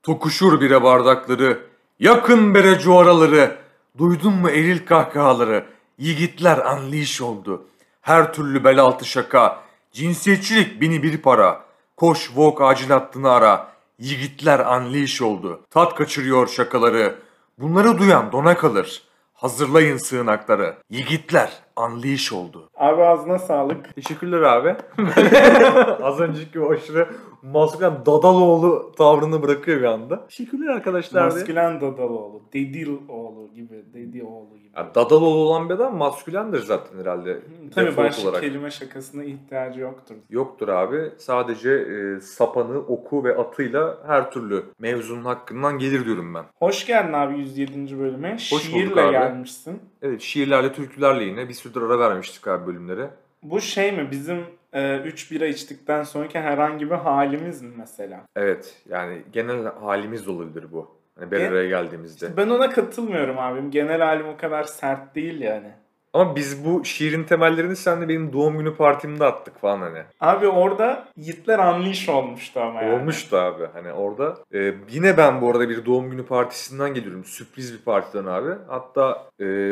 Tokuşur bire bardakları, yakın bere cuaraları. Duydun mu eril kahkahaları? Yiğitler anlayış oldu. Her türlü bel altı şaka. Cinsiyetçilik bini bir para. Koş Vogue acil hattını ara. Yiğitler anlayış oldu. Tat kaçırıyor şakaları. Bunları duyan dona kalır. Hazırlayın sığınakları. Yiğitler anlayış oldu. Abi ağzına sağlık. Teşekkürler abi. Az önceki o aşırı maskülen Dadaloğlu tavrını bırakıyor bir anda. Teşekkürler arkadaşlar. Maskülen Dadaloğlu, Dediloğlu gibi, Dedioğlu gibi. Yani Dadaloğlu olan bir adam maskülendir zaten herhalde. Tabii default başka olarak. kelime şakasına ihtiyacı yoktur. Yoktur abi. Sadece sapanı, oku ve atıyla her türlü mevzunun hakkından gelir diyorum ben. Hoş geldin abi 107. bölüme. Hoş bulduk Şiirle abi. gelmişsin. Evet, şiirlerle, türkülerle yine bir süredir ara vermiştik abi bölümlere. Bu şey mi bizim 3 bira içtikten sonraki herhangi bir halimiz mi mesela? Evet, yani genel halimiz de olabilir bu. Hani bir araya geldiğimizde. Ben ona katılmıyorum abim. Genel halim o kadar sert değil yani. Ama biz bu şiirin temellerini seninle benim doğum günü partimde attık falan hani. Abi orada Yiğitler anlayış olmuştu ama yani. Olmuştu abi hani orada. Yine ben bu arada bir doğum günü partisinden geliyorum. Sürpriz bir partiden abi. Hatta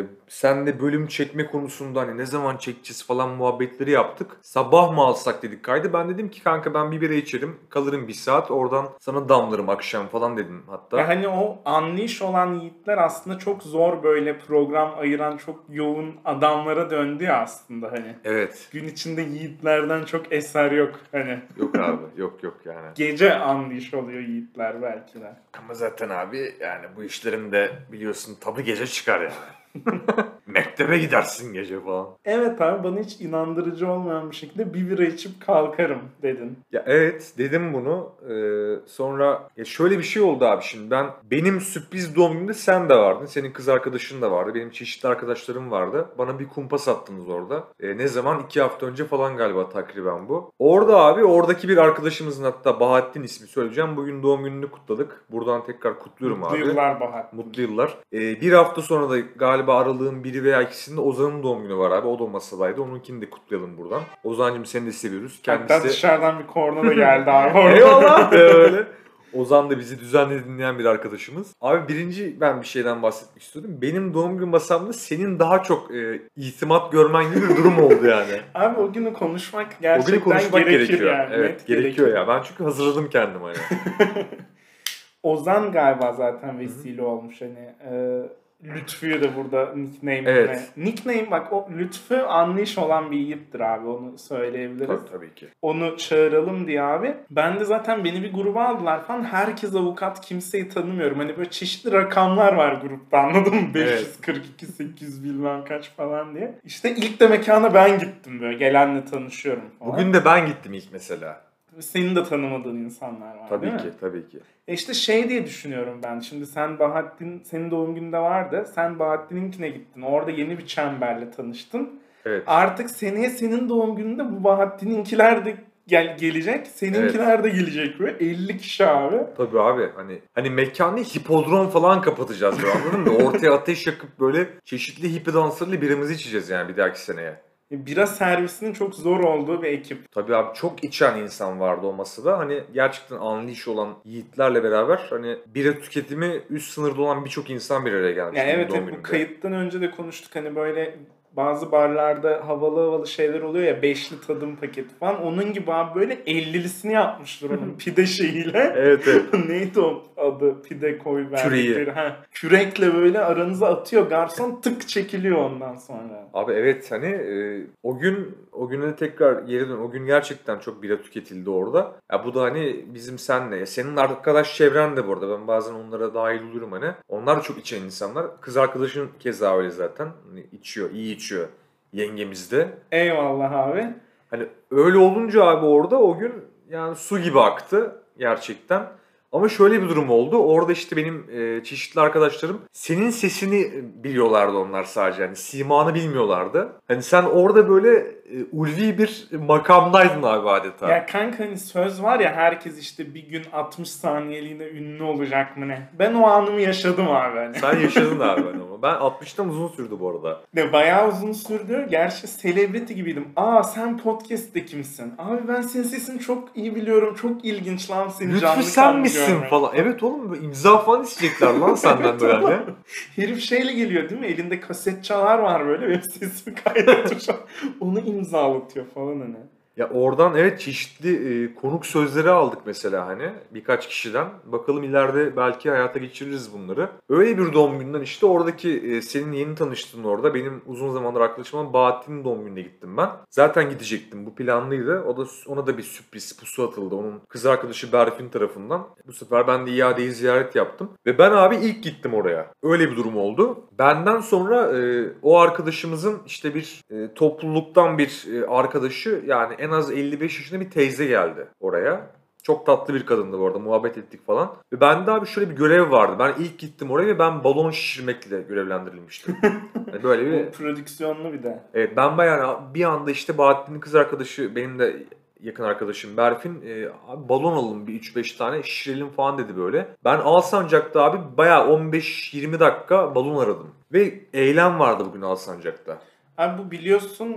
senle bölüm çekme konusunda hani ne zaman çekeceğiz falan muhabbetleri yaptık. Sabah mı alsak dedik kaydı. Ben dedim ki kanka ben bir bira içerim. Kalırım bir saat. Oradan sana damlarım akşam falan dedim hatta. Ya hani o anlayış olan yiğitler aslında çok zor böyle program ayıran çok yoğun adamlara döndü ya aslında hani. Evet. Gün içinde yiğitlerden çok eser yok hani. Yok abi yok yani. Gece anlayış oluyor yiğitler belki de. Ama zaten abi yani bu işlerin de biliyorsun tadı gece çıkar yani. Mektebe gidersin gece falan. Evet abi bana hiç inandırıcı olmayan bir şekilde bir bira içip kalkarım dedin. Ya evet dedim bunu. Sonra ya şöyle bir şey oldu abi şimdi benim sürpriz doğum günümde sen de vardın. Senin kız arkadaşın da vardı. Benim çeşitli arkadaşlarım vardı. Bana bir kumpas attınız orada. Ne zaman? 2 hafta önce falan galiba takriben bu. Orada abi oradaki bir arkadaşımızın hatta Bahattin ismi söyleyeceğim. Bugün doğum gününü kutladık. Buradan tekrar kutluyorum Mutlu abi. yıllar Bahattin. Mutlu yıllar. Bir hafta sonra da galiba aralığın biri veya ikisinde Ozan'ın doğum günü var abi. O da masadaydı. Onunkini de kutlayalım buradan. Ozan'cığım seni de seviyoruz. Hatta dışarıdan bir korna da geldi abi orada. Eyvallah öyle. Ozan da bizi düzenli dinleyen bir arkadaşımız. Abi birinci ben bir şeyden bahsetmek istiyordum. Benim doğum gün masamda senin daha çok itimat görmen gibi bir durum oldu yani. Abi o günü konuşmak O gerçekten günü konuşmak gerekiyor. yani. Evet Net gerekiyor ya. Ben çünkü hazırladım kendimi hani. Ozan galiba zaten vesile olmuş hani. Lütfü'yü de burada nickname'ine. Evet. Nickname bak o Lütfü anlayış olan bir yiğittir abi onu söyleyebiliriz. Tabii ki. Onu çağıralım diye abi. Ben de zaten beni bir gruba aldılar falan. Herkes avukat kimseyi tanımıyorum. Hani böyle çeşitli rakamlar var grupta anladın mı? 542, 800 bilmem kaç falan diye. İşte ilk de mekana ben gittim böyle. Gelenle tanışıyorum falan. Bugün de ben gittim ilk mesela. Senin de tanımadığın insanlar var Tabii değil ki, mi? tabii ki. İşte şey diye düşünüyorum ben. Şimdi sen Bahattin, senin doğum gününde vardı. Sen Bahattin'inkine gittin. Orada yeni bir çemberle tanıştın. Evet. Artık seneye senin doğum gününde bu Bahattin'inkiler de gelecek. Seninkiler de gelecek böyle. 50 kişi abi. Tabii abi hani mekanı hipodrom falan kapatacağız böyle anladın mı? Ortaya ateş yakıp böyle çeşitli hippie danslarıyla biramızı içeceğiz yani bir dahaki seneye. Bira servisinin çok zor olduğu bir ekip. Tabii abi çok içen insan vardı o masada. Hani gerçekten anlayış olan yiğitlerle beraber hani bira tüketimi üst sınırda olan birçok insan bir araya gelmiş. Yani evet bu kayıttan önce de konuştuk hani böyle bazı barlarda havalı şeyler oluyor ya beşli tadım paketi falan. Onun gibi abi böyle 50'lisini yapmışlar onun pide şeyiyle. Evet. Neydi o adı? Pide koy verdikleri. Küreği. Kürekle böyle aranıza atıyor. Garson tık çekiliyor ondan sonra. Abi evet hani o güne tekrar geri dön. O gün gerçekten çok bira tüketildi orada. Ya bu da hani bizim senle. Senin arkadaş çevren de bu arada. Ben bazen onlara dahil olurum hani. Onlar da çok içen insanlar. Kız arkadaşın keza öyle zaten. Hani içiyor, iyi içiyor. Yengemiz de. Eyvallah abi. Hani öyle olunca abi orada o gün yani su gibi aktı gerçekten. Ama şöyle bir durum oldu. Orada işte benim çeşitli arkadaşlarım senin sesini biliyorlardı onlar sadece. Yani simanı bilmiyorlardı. Hani sen orada böyle ulvi bir makamdaydın abi adeta. Ya kanka hani söz var ya herkes işte bir gün 60 saniyeliğine ünlü olacak mı ne? Ben o anımı yaşadım abi hani. Sen yaşadın abi ben ama. Ben 60'tan uzun sürdü bu arada. De bayağı uzun sürdü. Gerçi celebrity gibiydim. Aa sen podcast'te kimsin? Abi ben senin sesini çok iyi biliyorum. Çok ilginç lan seni Lütfü canlı sen canlı misin görmek. falan. Evet oğlum imza falan isteyecekler lan senden Evet böyle. oğlum. Hani. Herif şeyle geliyor değil mi? Elinde kaset çalar var böyle. Benim sesimi kaydediyor. Onu imzalatıyor falan hani. Ya oradan evet çeşitli konuk sözleri aldık mesela hani birkaç kişiden. Bakalım ileride belki hayata geçiririz bunları. Öyle bir doğum gününden işte oradaki senin yeni tanıştığın orada benim uzun zamandır arkadaşım olan Bahattin'in doğum gününe gittim ben. Zaten gidecektim, bu planlıydı. Ona da bir sürpriz pusu atıldı onun kız arkadaşı Berfin tarafından. Bu sefer ben de iadeyi ziyaret yaptım. Ve ben abi ilk gittim oraya. Öyle bir durum oldu. Benden sonra o arkadaşımızın işte bir topluluktan bir arkadaşı, yani en az 55 yaşında bir teyze geldi oraya. Çok tatlı bir kadındı bu arada. Muhabbet ettik falan. Ve bende abi şöyle bir görev vardı. Ben ilk gittim oraya ve ben balon şişirmekle görevlendirilmiştim. Yani böyle bir... Bu prodüksiyonlu bir de. Evet, ben bayağı bir anda işte Bahattin'in kız arkadaşı, benim de yakın arkadaşım Berfin, abi balon alalım bir 3-5 tane şişirelim falan dedi böyle. Ben Alsancak'ta abi bayağı 15-20 dakika balon aradım. Ve eylem vardı bugün Alsancak'ta. Abi bu biliyorsun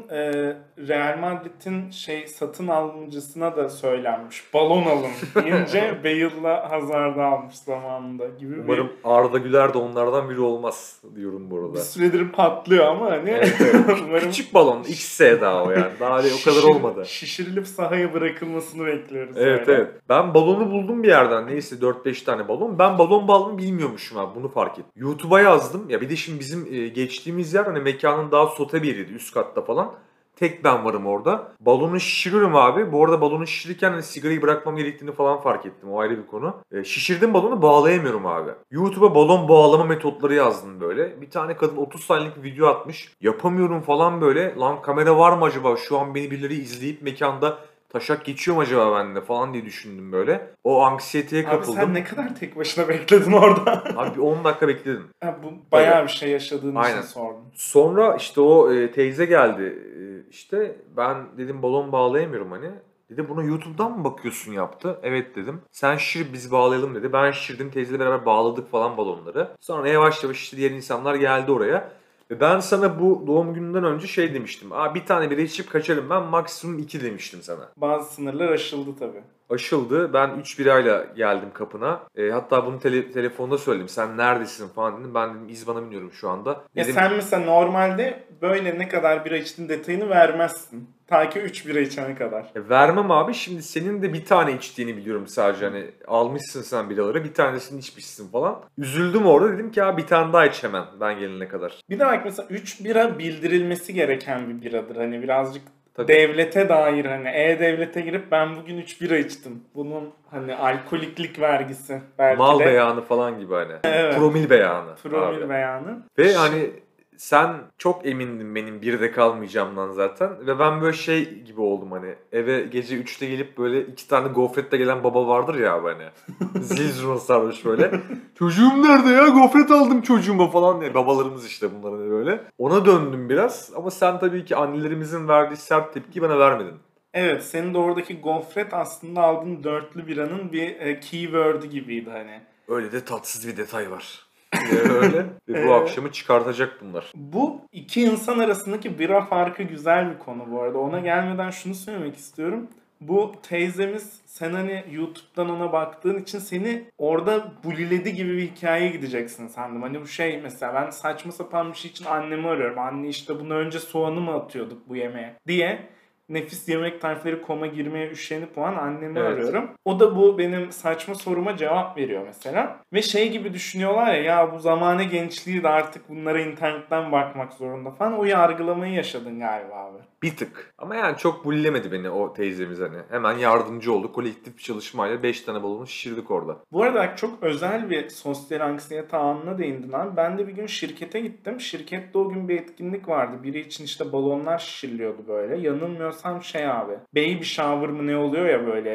Real Madrid'in satın alımcısına da söylenmiş. Balon alın deyince Bale'la Hazard'ı almış zamanında gibi Umarım Arda Güler de onlardan biri olmaz diyorum bu bir arada. süredir patlıyor ama hani Evet, evet. umarım Küçük balon XS daha o yani. Daha o kadar olmadı. Şişirilip sahaya bırakılmasını bekliyoruz. Evet öyle. evet. Ben balonu buldum bir yerden. Neyse 4-5 tane balon. Ben balon bağlamı bilmiyormuşum abi. Bunu fark ettim. YouTube'a yazdım. Ya bir de şimdi bizim geçtiğimiz yer hani mekanın daha sote bir yeriydi. Üst katta falan. Tek ben varım orada. Balonu şişiriyorum abi. Bu arada balonu şişirirken hani sigarayı bırakmam gerektiğini falan fark ettim. O ayrı bir konu. Şişirdim balonu, bağlayamıyorum abi. YouTube'a balon bağlama metotları yazdım böyle. Bir tane kadın 30 saniyelik bir video atmış. Yapamıyorum falan böyle. Lan kamera var mı acaba? Şu an beni birileri izleyip mekanda taşak geçiyor mu acaba bende falan diye düşündüm böyle. O anksiyeteye Abi kapıldım. sen ne kadar tek başına bekledin orada? Abi bir 10 dakika bekledim. Ha, bu bayağı Tabii. bir şey yaşadığın Aynen. için sordum. Sonra işte o teyze geldi. İşte ben dedim balon bağlayamıyorum hani. Dedi buna YouTube'dan mı bakıyorsun yaptı. Evet dedim. Sen şişir biz bağlayalım dedi. Ben şişirdim, teyzeyle beraber bağladık falan balonları. Sonra yavaş yavaş işte diğer insanlar geldi oraya. Ve ben sana bu doğum gününden önce şey demiştim. Bir tane bira içip kaçarım ben, maksimum 2 demiştim sana. Bazı sınırlar aşıldı tabii. Aşıldı. Ben 3 birayla geldim kapına. Hatta bunu telefonda söyledim. Sen neredesin falan dedim. Ben dedim İzban'a biniyorum şu anda. Ya Dedim, sen mesela normalde böyle ne kadar bira içtiğin detayını vermezsin. Ta ki 3 bira içene kadar. Vermem abi. Şimdi senin de bir tane içtiğini biliyorum sadece. Hani almışsın sen biraları. Bir tanesini içmişsin falan. Üzüldüm orada. Dedim ki bir tane daha iç hemen ben gelene kadar. Bir de bak mesela 3 bira bildirilmesi gereken bir biradır. Hani birazcık Tabii. devlete dair hani E-Devlet'e girip ben bugün 3 bira içtim. Bunun hani alkoliklik vergisi belki Mal de. beyanı falan gibi hani. Evet. Promil beyanı. Promil abi. beyanı. Ve hani sen çok emindin benim bir de kalmayacağımdan zaten. Ve ben böyle şey gibi oldum hani. Eve gece 3'te gelip böyle 2 tane gofretle gelen baba vardır ya abi hani. Zil zurna sarmış böyle. Çocuğum nerede ya? Gofret aldım çocuğuma falan diye. Babalarımız işte bunlar hani böyle. Ona döndüm biraz. Ama sen tabii ki annelerimizin verdiği sert tepkiyi bana vermedin. Evet, senin de oradaki gofret aslında aldığın dörtlü biranın bir keyword'ü gibiydi hani. Öyle de tatsız bir detay var. Öyle. Ve bu akşamı çıkartacak bunlar. Bu iki insan arasındaki bira farkı güzel bir konu bu arada. Ona gelmeden şunu söylemek istiyorum. Bu teyzemiz sen hani YouTube'dan ona baktığın için seni orada buliledi gibi bir hikayeye gideceksin sandım. Hani bu şey mesela ben saçma sapan bir şey için annemi arıyorum. Anne işte bunu önce soğanı mı atıyorduk bu yemeğe diye. Nefis yemek tarifleri.com'a girmeye üşenip o an annemi arıyorum. O da bu benim saçma soruma cevap veriyor mesela. Ve şey gibi düşünüyorlar ya bu zamane gençliği de artık bunlara internetten bakmak zorunda falan. O yargılamayı yaşadın galiba abi. Bir tık. Ama yani çok bullemedi beni o teyzemiz hani. Hemen yardımcı oldu. Kolektif bir çalışmayla 5 tane balonu şişirdik orada. Bu arada çok özel bir sosyal anksiyete anına değindin abi. Ben de bir gün şirkete gittim. Şirkette o gün bir etkinlik vardı. Biri için işte balonlar şişiriliyordu böyle. Yanılmıyorsam şey abi. Baby shower mı ne oluyor ya böyle.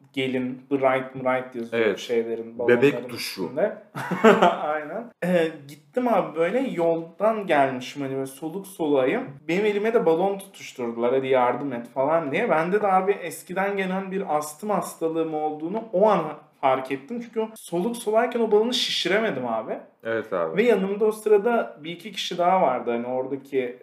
gelin, bright yazıyor Evet. şeylerin, balonların Bebek duşu. üstünde. Aynen. Gittim abi böyle yoldan gelmişim hani böyle soluk soluğayım. Benim elime de balon tutuşturdular hadi yardım et falan diye. Bende de abi eskiden gelen bir astım hastalığım olduğunu o an fark ettim. Çünkü o soluk solarken o balonu şişiremedim abi. Evet abi. Ve yanımda o sırada bir iki kişi daha vardı. Hani oradaki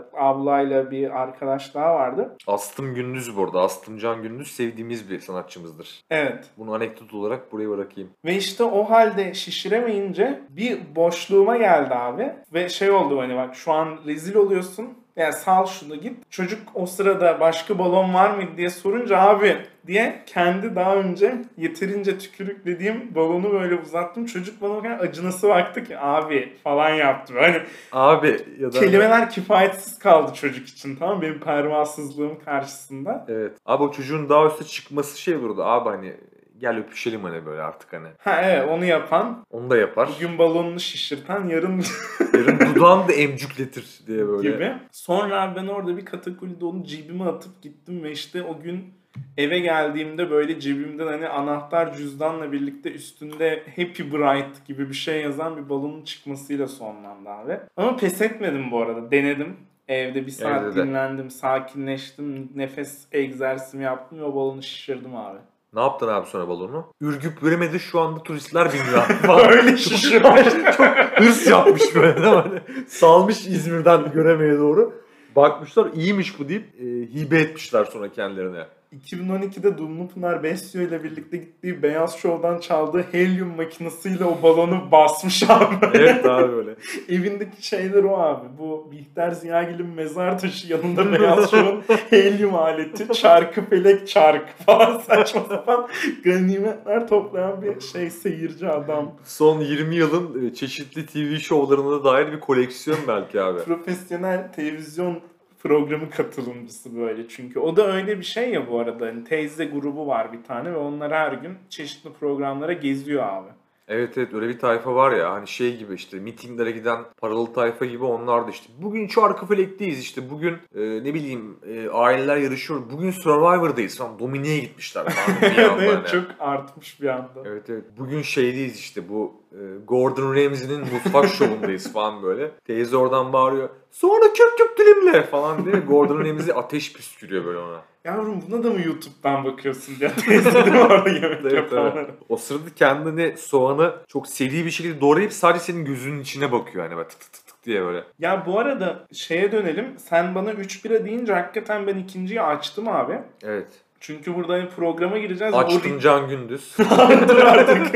ablayla bir arkadaş daha vardı. Astım Gündüz burada. Astım Can Gündüz sevdiğimiz bir sanatçımızdır. Evet. Bunu anekdot olarak buraya bırakayım. Ve işte o halde şişiremeyince bir boşluğuma geldi abi. Ve şey oldu hani bak şu an rezil oluyorsun. Yani sal şunu git. Çocuk o sırada başka balon var mı diye sorunca abi diye kendi daha önce yeterince tükürüklediğim balonu böyle uzattım. Çocuk bana o kadar acınası baktı ki abi falan yaptı. Hani Abi ya da... kelimeler kifayetsiz kaldı çocuk için, tamam mı? Benim pervasızlığım karşısında. Evet. Abi o çocuğun daha üste çıkması şey olurdu. Abi hani gel öpüşelim hani böyle artık hani. Ha evet, onu yapan, Onu da yapar. bugün balonunu şişirten yarın Yarın dudağını da emcükletir diye böyle. gibi. Sonra abi ben orada bir katakulide onu cebime atıp gittim ve işte o gün eve geldiğimde böyle cebimden hani anahtar cüzdanla birlikte üstünde Happy Bright gibi bir şey yazan bir balonun çıkmasıyla sonlandı abi. Ama pes etmedim bu arada. Denedim. Evde bir saat Evde de. dinlendim, sakinleştim, nefes egzersizimi yaptım ve o balonu şişirdim abi. Ne yaptın abi sonra balonu? Ürgüp veremedi şu anda turistler biniyor falan. Öyle şişirmiş. Çok hırs yapmış böyle değil mi? Hani salmış İzmir'den Göreme'ye doğru. Bakmışlar iyiymiş bu deyip hibe etmişler sonra kendilerine. 2012'de Dumlupınar Besyo ile birlikte gittiği Beyaz Show'dan çaldığı helyum makinesiyle o balonu basmış abi. Evet abi böyle. Evindeki şeyler o abi. Bu Bihter Ziyagil'in mezar taşı, yanında Beyaz Show'un helyum aleti, çarkı felek çarkı falan saçma sapan ganimetler toplayan bir şey, seyirci adam. Son 20 yılın çeşitli TV şovlarına dair bir koleksiyon belki abi. Profesyonel televizyon programı katılımcısı böyle çünkü. O da öyle bir şey ya bu arada. Hani teyze grubu var bir tane ve onlar her gün çeşitli programlara geziyor abi. Evet evet öyle bir tayfa var ya hani şey gibi işte mitinglere giden paralı tayfa gibi onlar da işte bugün Çarkıfelek'teyiz işte bugün ne bileyim aileler yarışıyor bugün Survivor'dayız falan Domine'ye gitmişler falan bir anda Evet, hani. çok artmış bir anda. Evet evet bugün şeydeyiz işte bu Gordon Ramsay'nin mutfak şovundayız falan böyle. Teyze oradan bağırıyor sonra kök kök dilimle falan diye Gordon Ramsay ateş püskürüyor böyle ona. Yavrum buna da mı YouTube'dan bakıyorsun diye teyze de orada yemek Evet, yapanlara. evet. O sırada kendini soğanı çok seri bir şekilde doğrayıp sadece senin gözünün içine bakıyor hani böyle tık tık tık tık diye böyle. Ya bu arada şeye dönelim. Sen bana 3 bira deyince hakikaten ben ikinciyi açtım abi. Evet. Çünkü burada hani programa gireceğiz. Açtım Can Gündüz. Dur artık.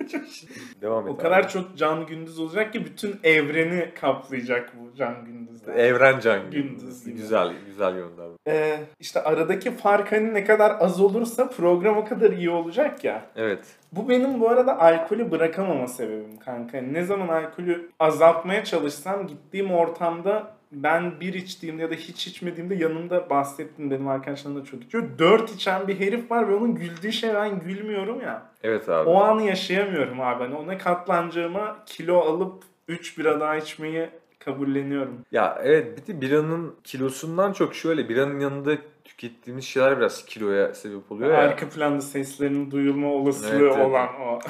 Devam et O abi. kadar çok Can Gündüz olacak ki bütün evreni kaplayacak bu Can Gündüz'de. Evren Can Gündüz Gündüz. gibi. Güzel, güzel gönderme. İşte aradaki fark hani ne kadar az olursa program o kadar iyi olacak ya. Evet. Bu benim bu arada alkolü bırakamama sebebim kanka. Ne zaman alkolü azaltmaya çalışsam gittiğim ortamda ben bir içtiğimde ya da hiç içmediğimde yanımda bahsettim benim arkadaşlarım da çok içiyor. 4 içen bir herif var ve onun güldüğü şey ben gülmüyorum ya. Evet abi. O anı yaşayamıyorum abi. Hani ona katlanacağıma kilo alıp 3 bira daha içmeyi kabulleniyorum. Ya evet bir de biranın kilosundan çok şöyle biranın yanında tükettiğimiz şeyler biraz kiloya sebep oluyor ya. Arka planda seslerinin duyulma olasılığı Evet, evet. olan o.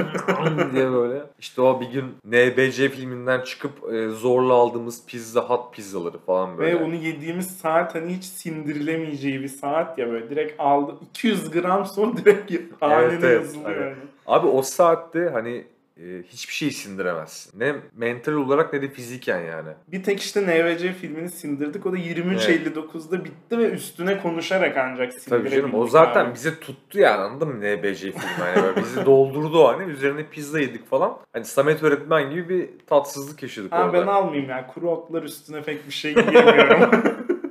diye böyle. İşte o bir gün NBC filminden çıkıp zorla aldığımız Pizza Hut pizzaları falan böyle. Ve bunu yediğimiz saat hani hiç sindirilemeyeceği bir saat ya, böyle direkt aldı 200 gram sonra direkt hanene Evet, evet. yazılıyor. Hani- Yani. Abi o saatte hani hiçbir şey sindiremezsin. Ne mental olarak ne de fiziken yani. Bir tek işte NVC filmini sindirdik. O da 23.59'da bitti ve üstüne konuşarak ancak Tabii sindirebildik. canım o zaten abi. bize tuttu yani anladın mı NBC filmi hani böyle bizi doldurdu o hani üzerine pizza yedik falan. Hani Samet öğretmen gibi bir tatsızlık yaşadık Ha, orada. ben almayayım ya. Kuru otlar üstüne pek bir şey yiyemiyorum.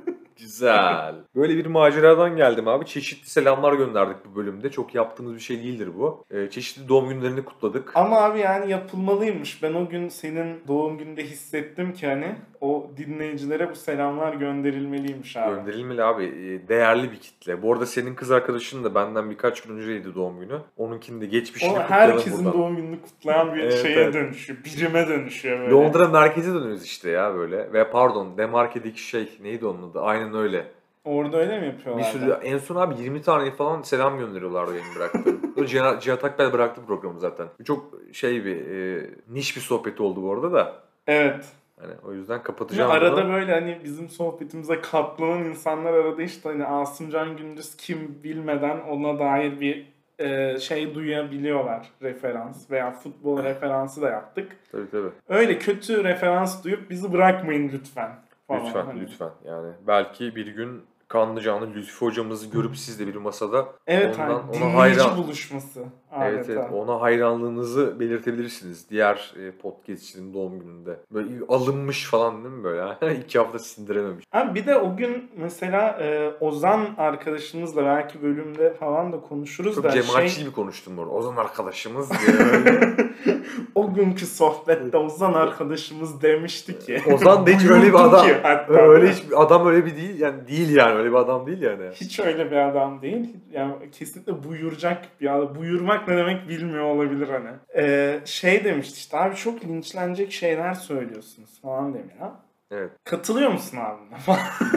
Güzel. Böyle bir maceradan geldim abi. Çeşitli selamlar gönderdik bu bölümde. Çok yaptığımız bir şey değildir bu. Çeşitli doğum günlerini kutladık. Ama abi yani yapılmalıymış. Ben o gün senin doğum gününde hissettim ki hani o dinleyicilere bu selamlar gönderilmeliymiş abi. Gönderilmeli abi. Değerli bir kitle. Bu arada senin kız arkadaşın da benden birkaç gün önceydi doğum günü. Onunkini de geçmişini O kutlayalım herkesin buradan. doğum gününü kutlayan bir Evet, şeye evet. dönüşüyor. Birime dönüşüyor böyle. Londra merkeze dönüyoruz işte ya böyle. Ve pardon Demarke'deki şey neydi onun adı? Aynen öyle. Orada öyle mi Bir yapıyorlar? sürü en son abi 20 tane falan selam gönderiyorlardı yayını bıraktı. O Cihat Akbel bıraktı programı zaten. Çok şey bir niş bir sohbet oldu bu arada da. Evet. Hani o yüzden Ve kapatacağım arada bunu. böyle hani bizim sohbetimize katlanan insanlar arada işte hani Asımcan Gündüz kim bilmeden ona dair bir şey duyabiliyorlar, referans veya futbol referansı da yaptık. Tabii. Öyle kötü referans duyup bizi bırakmayın lütfen falan. Lütfen Hani. lütfen yani belki bir gün kanlı canlı Lütfü hocamızı görüp siz de bir masada Evet hani ona dinleyici hayran buluşması evet adeta. ona hayranlığınızı belirtebilirsiniz diğer podcastçinin doğum gününde. Böyle alınmış falan değil mi böyle? 2 hafta sindirememiş. Abi bir de o gün mesela Ozan arkadaşımızla belki bölümde falan da konuşuruz Çok da cemaatçi gibi konuştum bu arada. Ozan arkadaşımız diye. o günkü sohbette Ozan arkadaşımız demişti ki. Ozan da hiç öyle bir Buyurdu adam. ki hatta. Öyle hiç adam öyle bir değil yani öyle bir adam değil yani. Hiç öyle bir adam değil. Yani kesinlikle buyuracak bir adam. Buyurmak ne demek bilmiyor olabilir hani. Şey demişti işte abi çok linçlenecek şeyler söylüyorsunuz falan demiyor. Evet. Katılıyor musun abi?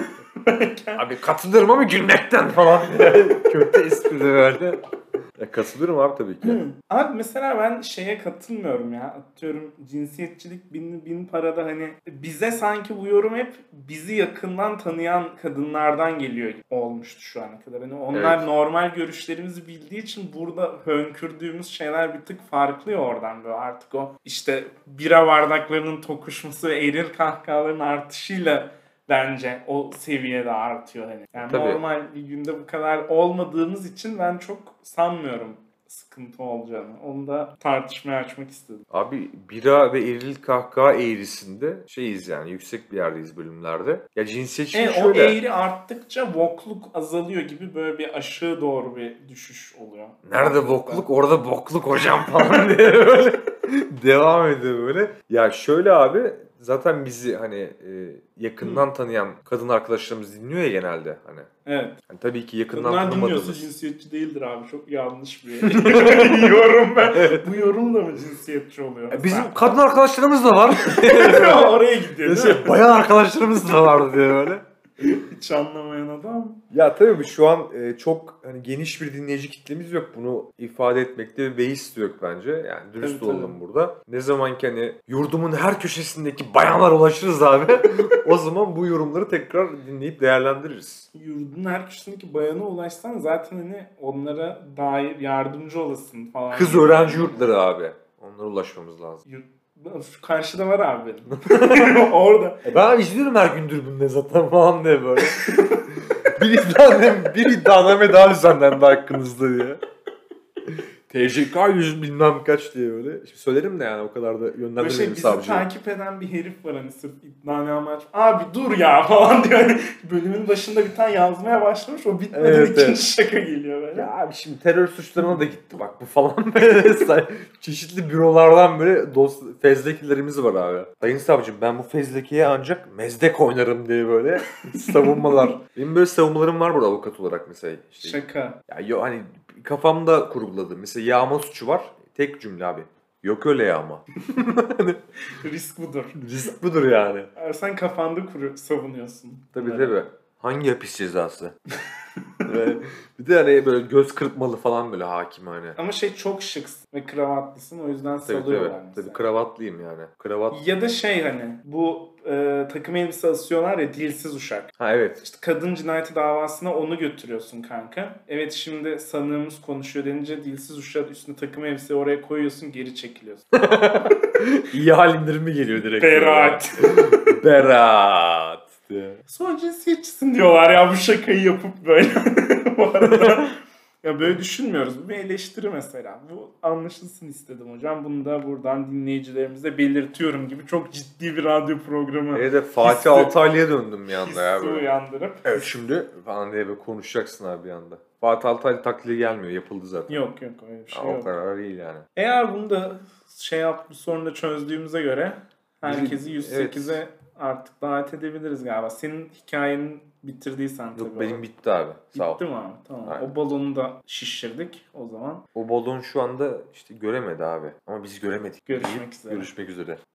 Abi katılıyorum ama gülmekten falan. Kötü espri böyle. Ya katılıyorum abi tabii ki. Abi mesela ben şeye katılmıyorum ya. Atıyorum cinsiyetçilik bin parada hani bize sanki bu yorum hep bizi yakından tanıyan kadınlardan geliyor gibi olmuştu şu ana kadar. Hani onlar Evet. normal görüşlerimizi bildiği için burada hönkürdüğümüz şeyler bir tık farklı ya oradan böyle artık o işte bira bardaklarının tokuşması ve eril kahkahaların artışıyla bence o seviyede artıyor hani. Yani Tabii. normal bir günde bu kadar olmadığımız için ben çok sanmıyorum sıkıntı olacağını. Onu da tartışmaya açmak istedim. Abi bira ve eril kahkaha eğrisinde şeyiz yani yüksek bir yerdeyiz bölümlerde. Ya cinsiyetçilik O şöyle. eğri arttıkça wokluk azalıyor gibi böyle bir aşağı doğru bir düşüş oluyor. Nerede wokluk orada bokluk hocam falan diye böyle devam ediyor böyle. Ya şöyle abi zaten bizi hani yakından tanıyan kadın arkadaşlarımız dinliyor ya genelde hani. Evet. Hani tabii ki yakından Kadınlar dinliyorsa tanımadığımız. cinsiyetçi değildir abi. Çok yanlış bir yorum ben. Bu yorum da mı cinsiyetçi oluyor? Bizim kadın arkadaşlarımız da var. Oraya gidiyor değil mi? Bayan arkadaşlarımız da vardı diye böyle. Hiç anlamayan adam. Ya tabii şu an çok hani geniş bir dinleyici kitlemiz yok. Bunu ifade etmekte bir beis de yok bence. Yani dürüst Tabii, olalım burada. Ne zaman ki hani yurdumun her köşesindeki bayanlara ulaşırız abi. O zaman bu yorumları tekrar dinleyip değerlendiririz. Yurdun her köşesindeki bayana ulaşsan zaten hani onlara dair yardımcı olasın falan. Kız öğrenci yurtları abi. Onlara ulaşmamız lazım. Şu karşıda var abi benim. Orada. Ben izliyorum her gün dürbünle zaten falan diye böyle. bir iddianame daha düzenlendi hakkınızda diye. TCK 100 bilmem kaç diye böyle. Şimdi söylerim de yani o kadar da Böyle yönlendirmeyelim bizi savcıyı. takip eden bir herif var hani sırf iddianame aç. Abi dur ya falan diyor. Hani bölümün başında bir tane yazmaya başlamış. O bitmeden Evet, ikinci evet. şaka geliyor böyle. Ya abi şimdi terör suçlarına da gitti bak bu falan böyle çeşitli bürolardan böyle fezlekelerimiz var abi. Sayın savcım ben bu fezlekeye ancak mezdek oynarım diye böyle savunmalar. Benim böyle savunmalarım var burada avukat olarak mesela. İşte, Şaka. ya hani kafamda kurguladım. Mesela yağma suçu var. Tek cümle abi. Yok öyle yağma. Risk budur. Risk budur yani. Sen kafanda savunuyorsun. Tabii bunları. tabii. Hangi hapis cezası? Bir de hani böyle göz kırpmalı falan böyle hakim hani. Ama çok şıksın ve kravatlısın o yüzden salıyorlar mesela. Tabii kravatlıyım yani. Kravat. Ya da hani bu takım elbise asıyorlar ya dilsiz uşak. Ha evet. İşte kadın cinayeti davasına onu götürüyorsun kanka. Evet şimdi sanığımız konuşuyor denince dilsiz uşak üstüne takım elbiseyi oraya koyuyorsun geri çekiliyorsun. İyi hal indirimi geliyor direkt. Berat. Berat diye. Sonra cinsiyetçisin diyorlar ya bu şakayı yapıp böyle. Bu arada. Ya böyle düşünmüyoruz. Bu bir eleştiri mesela. Bu anlaşılsın istedim hocam. Bunu da buradan dinleyicilerimize belirtiyorum gibi çok ciddi bir radyo programı. Evet Fatih Altaylı'ya döndüm bir anda ya böyle. Uyandırıp. Evet şimdi falan diye böyle konuşacaksın abi bir anda. Fatih Altaylı taklidi gelmiyor. Yapıldı zaten. Yok öyle bir şey yok. O kadar değil yani. Eğer bunu da bu sorunu da çözdüğümüze göre herkesi 108'e artık davet edebiliriz galiba. Senin hikayenin bitirdiysen tabii. Yok benim bitti abi. Sağ ol. Bitti mi abi? Tamam. Aynen. O balonu da şişirdik o zaman. O balon şu anda işte göremedi abi. Ama biz göremedik. Görüşmek üzere. Görüşmek üzere.